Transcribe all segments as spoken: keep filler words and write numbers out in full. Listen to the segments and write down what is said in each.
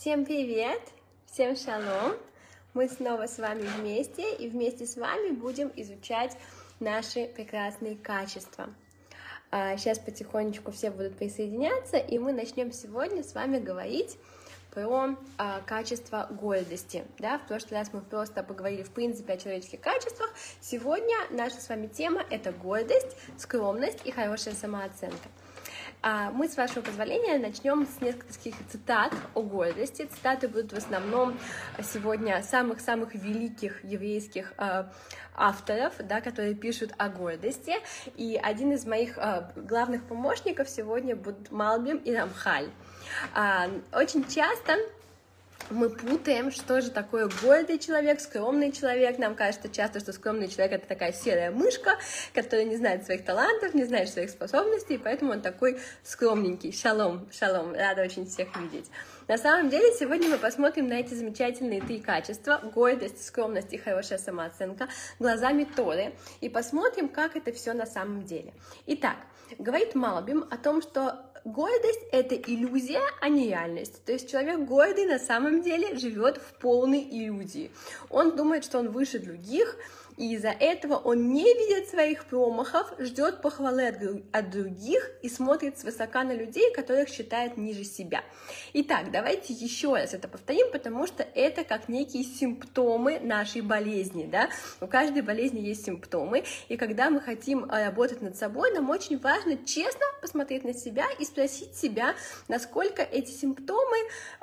Всем привет! Всем шалом! Мы снова с вами вместе, и вместе с вами будем изучать наши прекрасные качества. Сейчас потихонечку все будут присоединяться, и мы начнем сегодня с вами говорить про а, качество гордости. Да? В прошлый раз мы просто поговорили, в принципе, о человеческих качествах. Сегодня наша с вами тема — это гордость, скромность и хорошая самооценка. А мы, с вашего позволения, начнем с нескольких цитат о гордости. Цитаты будут в основном сегодня самых-самых великих еврейских э, авторов, да, которые пишут о гордости. И один из моих э, главных помощников сегодня будут Малбим и Рамхаль. Э, очень часто мы путаем, что же такое гордый человек, скромный человек. Нам кажется часто, что скромный человек — это такая серая мышка, которая не знает своих талантов, не знает своих способностей, и поэтому он такой скромненький. Шалом, шалом, рада очень всех видеть. На самом деле, сегодня мы посмотрим на эти замечательные три качества — гордость, скромность и хорошая самооценка — глазами Торы, и посмотрим, как это все на самом деле. Итак, говорит Малбим о том, что гордость — это иллюзия, а не реальность. То есть человек гордый на самом деле живет в полной иллюзии. Он думает, что он выше других, и из-за этого он не видит своих промахов, ждет похвалы от, от других и смотрит свысока на людей, которых считает ниже себя. Итак, давайте еще раз это повторим, потому что это как некие симптомы нашей болезни. Да? У каждой болезни есть симптомы, и когда мы хотим работать над собой, нам очень важно честно посмотреть на себя и спросить себя, насколько эти симптомы,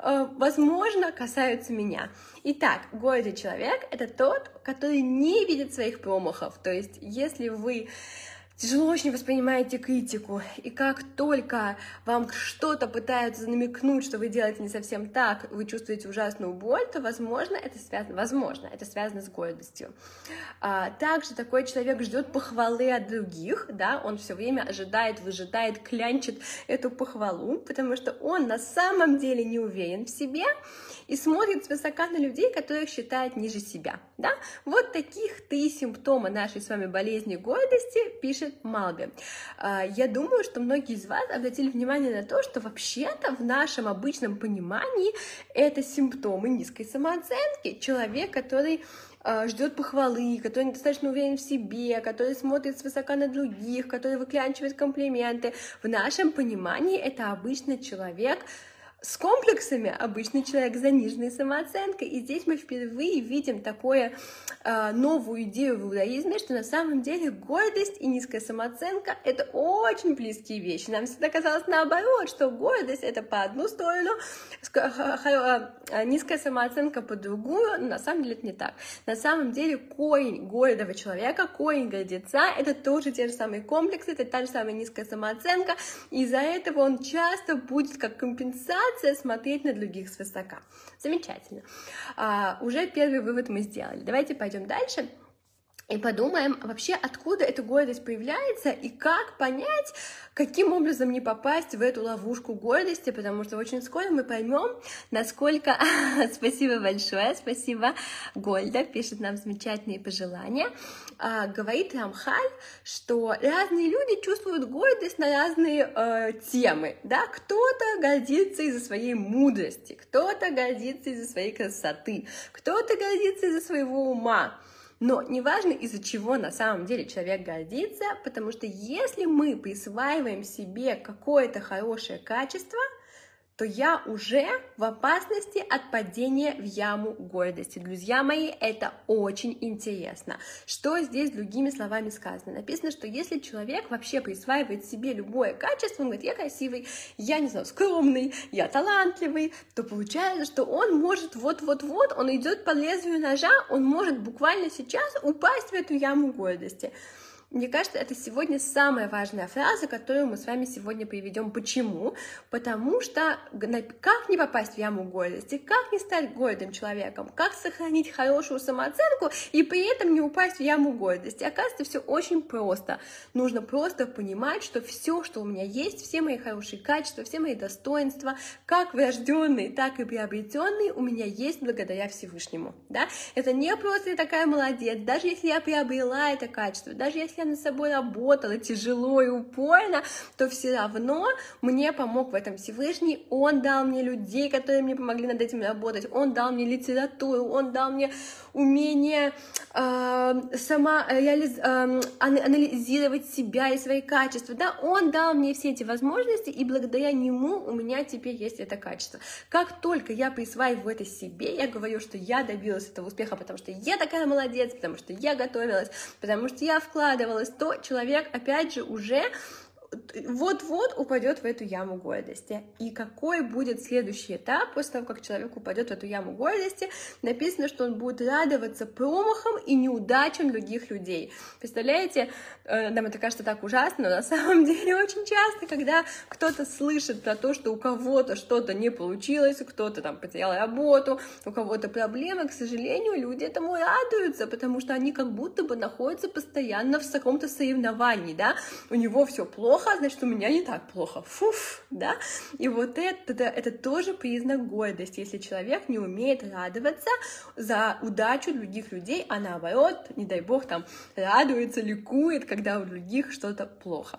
возможно, касаются меня. Итак, гордый человек — это тот, который не видит своих промахов. То есть, если вы тяжело очень воспринимаете критику, и как только вам что-то пытаются намекнуть, что вы делаете не совсем так, вы чувствуете ужасную боль, то, возможно, это связано, возможно, это связано с гордостью. А, также такой человек ждет похвалы от других, да, он все время ожидает, выжидает, клянчит эту похвалу, потому что он на самом деле не уверен в себе и смотрит свысока на людей, которых считает ниже себя. Да? Вот таких три симптома нашей с вами болезни гордости пишет Малби. Я думаю, что многие из вас обратили внимание на то, что вообще-то в нашем обычном понимании это симптомы низкой самооценки. Человек, который ждет похвалы, который недостаточно уверен в себе, который смотрит свысока на других, который выклянчивает комплименты. В нашем понимании это обычный человек с комплексами, обычный человек с заниженной самооценкой. И здесь мы впервые видим такую э, новую идею в иудаизме, что на самом деле гордость и низкая самооценка — это очень близкие вещи. Нам всегда казалось наоборот, что гордость — это по одну сторону, низкая самооценка по другую, но на самом деле это не так. На самом деле корень гордого человека, корень гордеца — это тоже те же самые комплексы, это та же самая низкая самооценка, и из-за этого он часто будет как компенсация смотреть на других свысока. Замечательно. А, уже первый вывод мы сделали. Давайте пойдем дальше и подумаем вообще, откуда эта гордость появляется и как понять, каким образом не попасть в эту ловушку гордости, потому что очень скоро мы поймем, насколько... Спасибо большое, спасибо. Гольда пишет нам замечательные пожелания. А, говорит Рамхаль, что разные люди чувствуют гордость на разные э, темы. Да? Кто-то гордится из-за своей мудрости, кто-то гордится из-за своей красоты, кто-то гордится из-за своего ума. Но неважно, из-за чего на самом деле человек гордится, потому что если мы присваиваем себе какое-то хорошее качество, то я уже в опасности от падения в яму гордости. Друзья мои, это очень интересно. Что здесь другими словами сказано? Написано, что если человек вообще присваивает себе любое качество, он говорит: я красивый, я, не знаю, скромный, я талантливый, то получается, что он может вот-вот-вот, он идет по лезвию ножа, он может буквально сейчас упасть в эту яму гордости. Мне кажется, это сегодня самая важная фраза, которую мы с вами сегодня приведем. Почему? Потому что как не попасть в яму гордости, как не стать гордым человеком, как сохранить хорошую самооценку и при этом не упасть в яму гордости. Оказывается, все очень просто. Нужно просто понимать, что все, что у меня есть, все мои хорошие качества, все мои достоинства, как врожденные, так и приобретенные, у меня есть благодаря Всевышнему. Да? Это не просто я такая молодец, даже если я приобрела это качество, даже если я над собой работала тяжело и упорно, то все равно мне помог в этом Всевышний. Он дал мне людей, которые мне помогли над этим работать. Он дал мне литературу, он дал мне умение э, сама реализ... э, анализировать себя и свои качества. Да, он дал мне все эти возможности, и благодаря нему у меня теперь есть это качество. Как только я присваиваю это себе, я говорю, что я добилась этого успеха, потому что я такая молодец, потому что я готовилась, потому что я вкладывалась, то человек, опять же, уже вот-вот упадет в эту яму гордости. И какой будет следующий этап после того, как человек упадет в эту яму гордости? Написано, что он будет радоваться промахам и неудачам других людей. Представляете, нам это кажется так ужасно, но на самом деле очень часто, когда кто-то слышит про то, что у кого-то что-то не получилось, кто-то там потерял работу, у кого-то проблемы, к сожалению, люди этому радуются, потому что они как будто бы находятся постоянно в каком-то соревновании, да, у него все плохо, значит, у меня не так плохо, фуф, да, и вот это, это, это тоже признак гордости, если человек не умеет радоваться за удачу других людей, а наоборот, не дай бог, там, радуется, ликует, когда у других что-то плохо.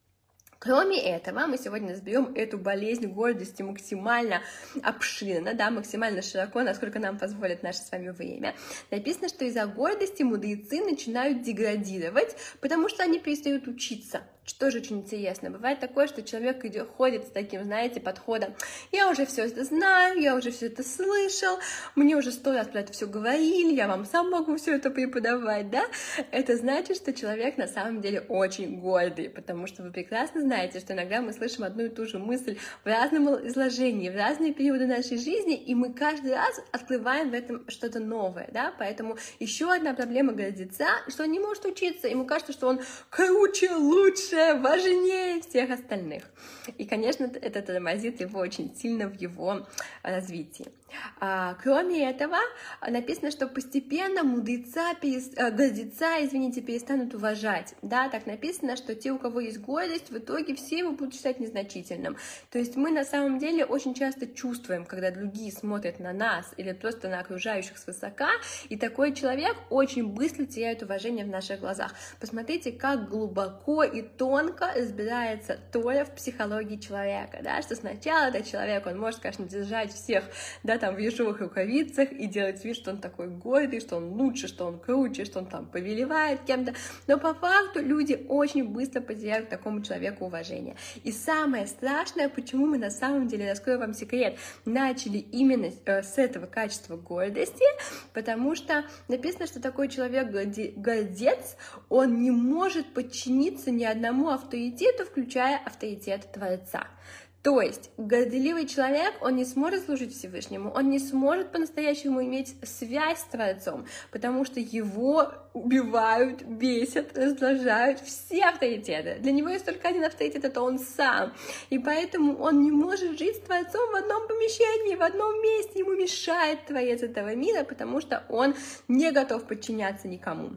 Кроме этого, мы сегодня разберем эту болезнь гордости максимально обширно, да, максимально широко, насколько нам позволит наше с вами время. Написано, что из-за гордости мудрецы начинают деградировать, потому что они перестают учиться. Что же очень интересно, бывает такое, что человек идет, ходит с таким, знаете, подходом: я уже все это знаю, я уже все это слышал, мне уже сто раз про это все говорили, я вам сам могу все это преподавать, да? Это значит, что человек на самом деле очень гордый, потому что вы прекрасно знаете, что иногда мы слышим одну и ту же мысль в разном изложении, в разные периоды нашей жизни, и мы каждый раз открываем в этом что-то новое, да? Поэтому еще одна проблема гордеца, что он не может учиться, ему кажется, что он круче, лучше, важнее всех остальных. И, конечно, это тормозит его очень сильно в его развитии. А, кроме этого, написано, что постепенно мудреца, перес... гордеца, извините, перестанут уважать. Да, так написано, что те, у кого есть гордость, в итоге все его будут считать незначительным. То есть мы на самом деле очень часто чувствуем, когда другие смотрят на нас или просто на окружающих свысока, и такой человек очень быстро теряет уважение в наших глазах. Посмотрите, как глубоко и тонко разбирается Тора в психологии человека, да, что сначала этот человек, он может, конечно, держать всех, да, там в ежовых рукавицах и делать вид, что он такой гордый, что он лучше, что он круче, что он там повелевает кем-то, но по факту люди очень быстро потеряют к такому человеку уважение. И самое страшное, почему мы на самом деле, раскрою вам секрет, начали именно с этого качества гордости, потому что написано, что такой человек гордец, он не может подчиниться ни одному авторитету, включая авторитет Творца. То есть горделивый человек, он не сможет служить Всевышнему, он не сможет по-настоящему иметь связь с Творцом, потому что его убивают, бесят, раздражают все авторитеты. Для него есть только один авторитет, это он сам. И поэтому он не может жить с Творцом в одном помещении, в одном месте. Ему мешает Творец этого мира, потому что он не готов подчиняться никому.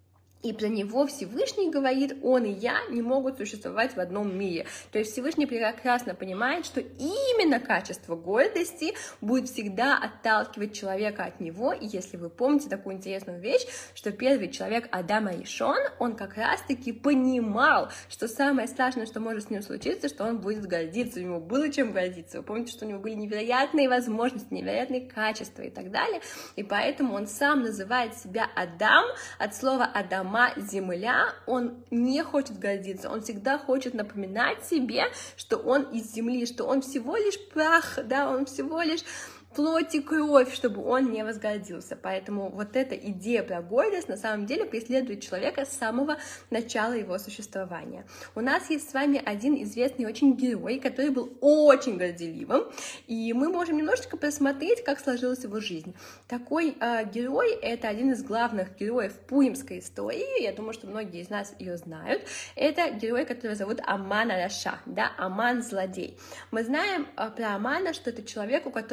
И про него Всевышний говорит: он и я не могут существовать в одном мире. То есть Всевышний прекрасно понимает, что именно качество гордости будет всегда отталкивать человека от него. И если вы помните такую интересную вещь, что первый человек Адам Аришон, он как раз-таки понимал, что самое страшное, что может с ним случиться, что он будет гордиться, у него было чем гордиться. Вы помните, что у него были невероятные возможности, невероятные качества и так далее. И поэтому он сам называет себя Адам от слова Адам, земля, он не хочет гордиться, он всегда хочет напоминать себе, что он из земли, что он всего лишь прах, да, он всего лишь плоть и кровь, чтобы он не возгордился. Поэтому вот эта идея про гордость на самом деле преследует человека с самого начала его существования. У нас есть с вами один известный очень герой, который был очень горделивым, и мы можем немножечко посмотреть, как сложилась его жизнь. Такой э, герой — это один из главных героев пуримской истории, я думаю, что многие из нас ее знают. Это герой, который зовут Аман ар-Раша, да, Аман — злодей. Мы знаем э, про Амана, что это человек, у которого на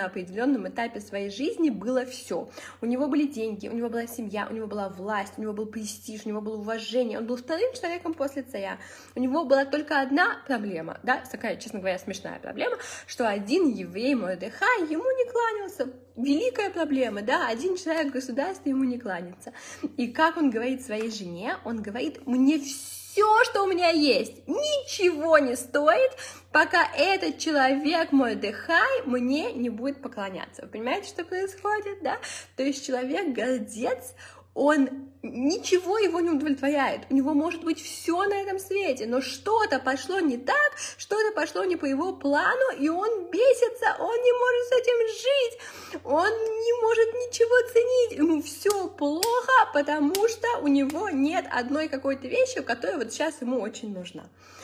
определенном этапе своей жизни было все. У него были деньги, у него была семья, у него была власть, у него был престиж, у него было уважение, он был вторым человеком после царя. У него была только одна проблема, да, такая, честно говоря, смешная проблема, что один еврей Мордехай ему не кланялся. Великая проблема, да, один человек в государстве ему не кланяется. И как он говорит своей жене, он говорит: мне все Все, что у меня есть, ничего не стоит, пока этот человек, Мордехай, мне не будет поклоняться. Вы понимаете, что происходит, да? То есть человек гордец, он ничего его не удовлетворяет, у него может быть все на этом свете, но что-то пошло не так, что-то пошло не по его плану, и он бесится, он не может с этим жить, он не может ничего ценить, ему все плохо, потому что у него нет одной какой-то вещи, которая вот сейчас ему очень нужна.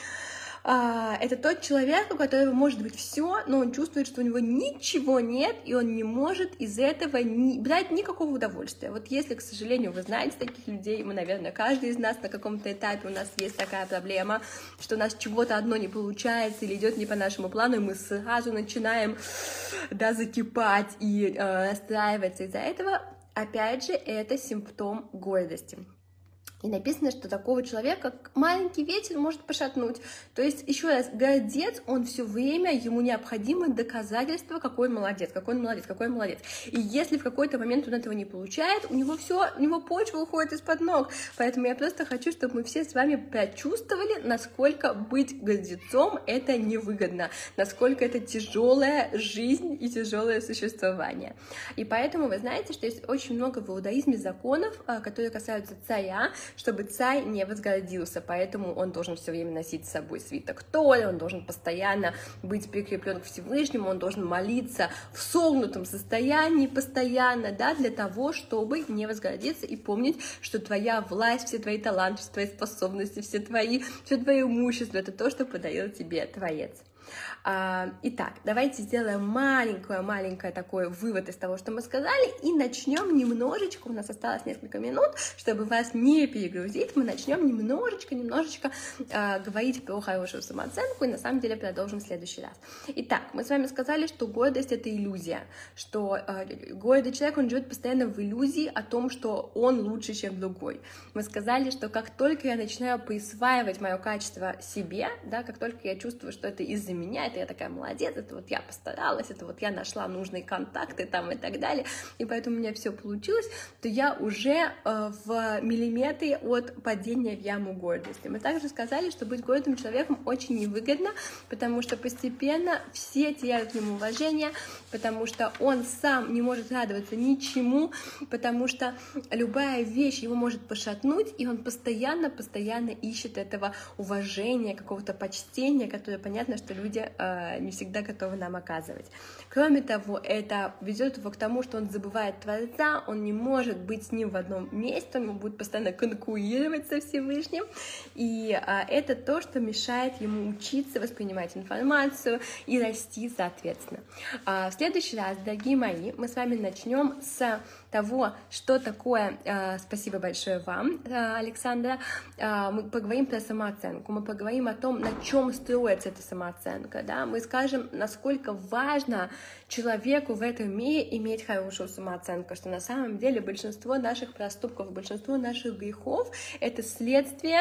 Это тот человек, у которого может быть все, но он чувствует, что у него ничего нет, и он не может из этого ни, брать никакого удовольствия. Вот если, к сожалению, вы знаете таких людей, мы, наверное, каждый из нас на каком-то этапе, у нас есть такая проблема, что у нас чего-то одно не получается или идет не по нашему плану, и мы сразу начинаем, да, закипать и э, расстраиваться из-за этого. Опять же, это симптом гордости. И написано, что такого человека маленький ветер может пошатнуть. То есть, еще раз, гордец, он все время, ему необходимо доказательство, какой он молодец, какой он молодец, какой он молодец. И если в какой-то момент он этого не получает, у него все, у него почва уходит из-под ног. Поэтому я просто хочу, чтобы мы все с вами прочувствовали, насколько быть гордецом это невыгодно, насколько это тяжелая жизнь и тяжелое существование. И поэтому вы знаете, что есть очень много в иудаизме законов, которые касаются царя, чтобы царь не возгордился, поэтому он должен все время носить с собой свиток Торы, он должен постоянно быть прикреплен к Всевышнему, он должен молиться в согнутом состоянии постоянно, да, для того, чтобы не возгордиться и помнить, что твоя власть, все твои таланты, все твои способности, все твои, все твое имущество — это то, что подарил тебе Творец. Итак, давайте сделаем маленькое-маленькое такой вывод из того, что мы сказали, и начнем немножечко, у нас осталось несколько минут, чтобы вас не перегрузить, мы начнем немножечко-немножечко э, говорить про хорошую самооценку, и на самом деле продолжим в следующий раз. Итак, мы с вами сказали, что гордость — это иллюзия, что э, гордый человек, он живет постоянно в иллюзии о том, что он лучше, чем другой. Мы сказали, что как только я начинаю присваивать мое качество себе, да, как только я чувствую, что это из-за меня, это я такая молодец, это вот я постаралась, это вот я нашла нужные контакты там и так далее, и поэтому у меня все получилось, то я уже э, в миллиметре от падения в яму гордости. Мы также сказали, что быть гордым человеком очень невыгодно, потому что постепенно все теряют к нему уважение, потому что он сам не может радоваться ничему, потому что любая вещь его может пошатнуть, и он постоянно-постоянно ищет этого уважения, какого-то почтения, которое понятно, что люди э, не всегда готовы нам оказывать. Кроме того, это ведет его к тому, что он забывает Творца, он не может быть с ним в одном месте, он будет постоянно конкурировать со Всевышним, и э, это то, что мешает ему учиться воспринимать информацию и расти соответственно. А в следующий раз, дорогие мои, мы с вами начнем с того, что такое, э, спасибо большое вам, э, Александра, э, мы поговорим про самооценку, мы поговорим о том, на чем строится эта самооценка, да? Мы скажем, насколько важно человеку в этом мире иметь хорошую самооценку, что на самом деле большинство наших проступков, большинство наших грехов — это следствие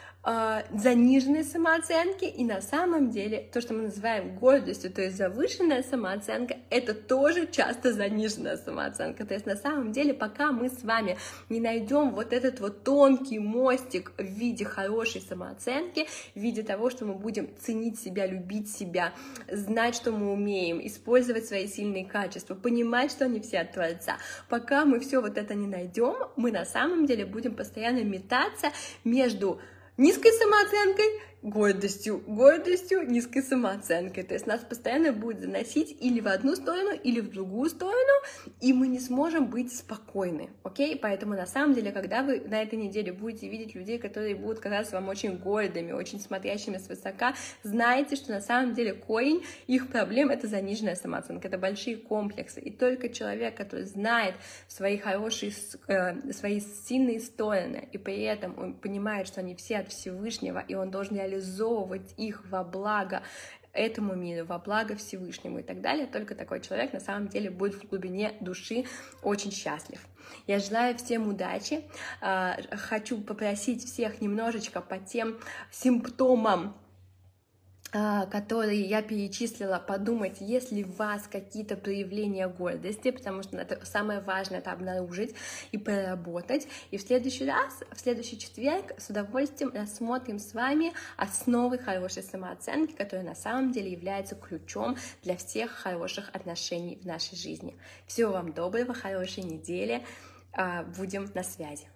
заниженной самооценки, и на самом деле то, что мы называем гордостью, то есть завышенная самооценка, это тоже часто заниженная самооценка. То есть на самом деле, пока мы с вами не найдем вот этот вот тонкий мостик в виде хорошей самооценки, в виде того, что мы будем ценить себя, любить себя, знать, что мы умеем, использовать свои сильные качества, понимать, что они все от Творца, пока мы все вот это не найдем, мы на самом деле будем постоянно метаться между низкой самооценкой, гордостью, гордостью, низкой самооценкой. То есть нас постоянно будет заносить или в одну сторону, или в другую сторону, и мы не сможем быть спокойны, окей? Поэтому на самом деле, когда вы на этой неделе будете видеть людей, которые будут казаться вам очень гордыми, очень смотрящими свысока, знайте, что на самом деле корень их проблем — это заниженная самооценка, это большие комплексы. И только человек, который знает свои хорошие, э, свои сильные стороны, и при этом он понимает, что они все от Всевышнего, и он должен реализовывать их во благо этому миру, во благо Всевышнему и так далее. Только такой человек на самом деле будет в глубине души очень счастлив. Я желаю всем удачи. Хочу попросить всех немножечко по тем симптомам, которые я перечислила, подумать, есть ли в вас какие-то проявления гордости, потому что это самое важное, это обнаружить и проработать. И в следующий раз, в следующий четверг с удовольствием рассмотрим с вами основы хорошей самооценки, которые на самом деле являются ключом для всех хороших отношений в нашей жизни. Всего вам доброго, хорошей недели, будем на связи.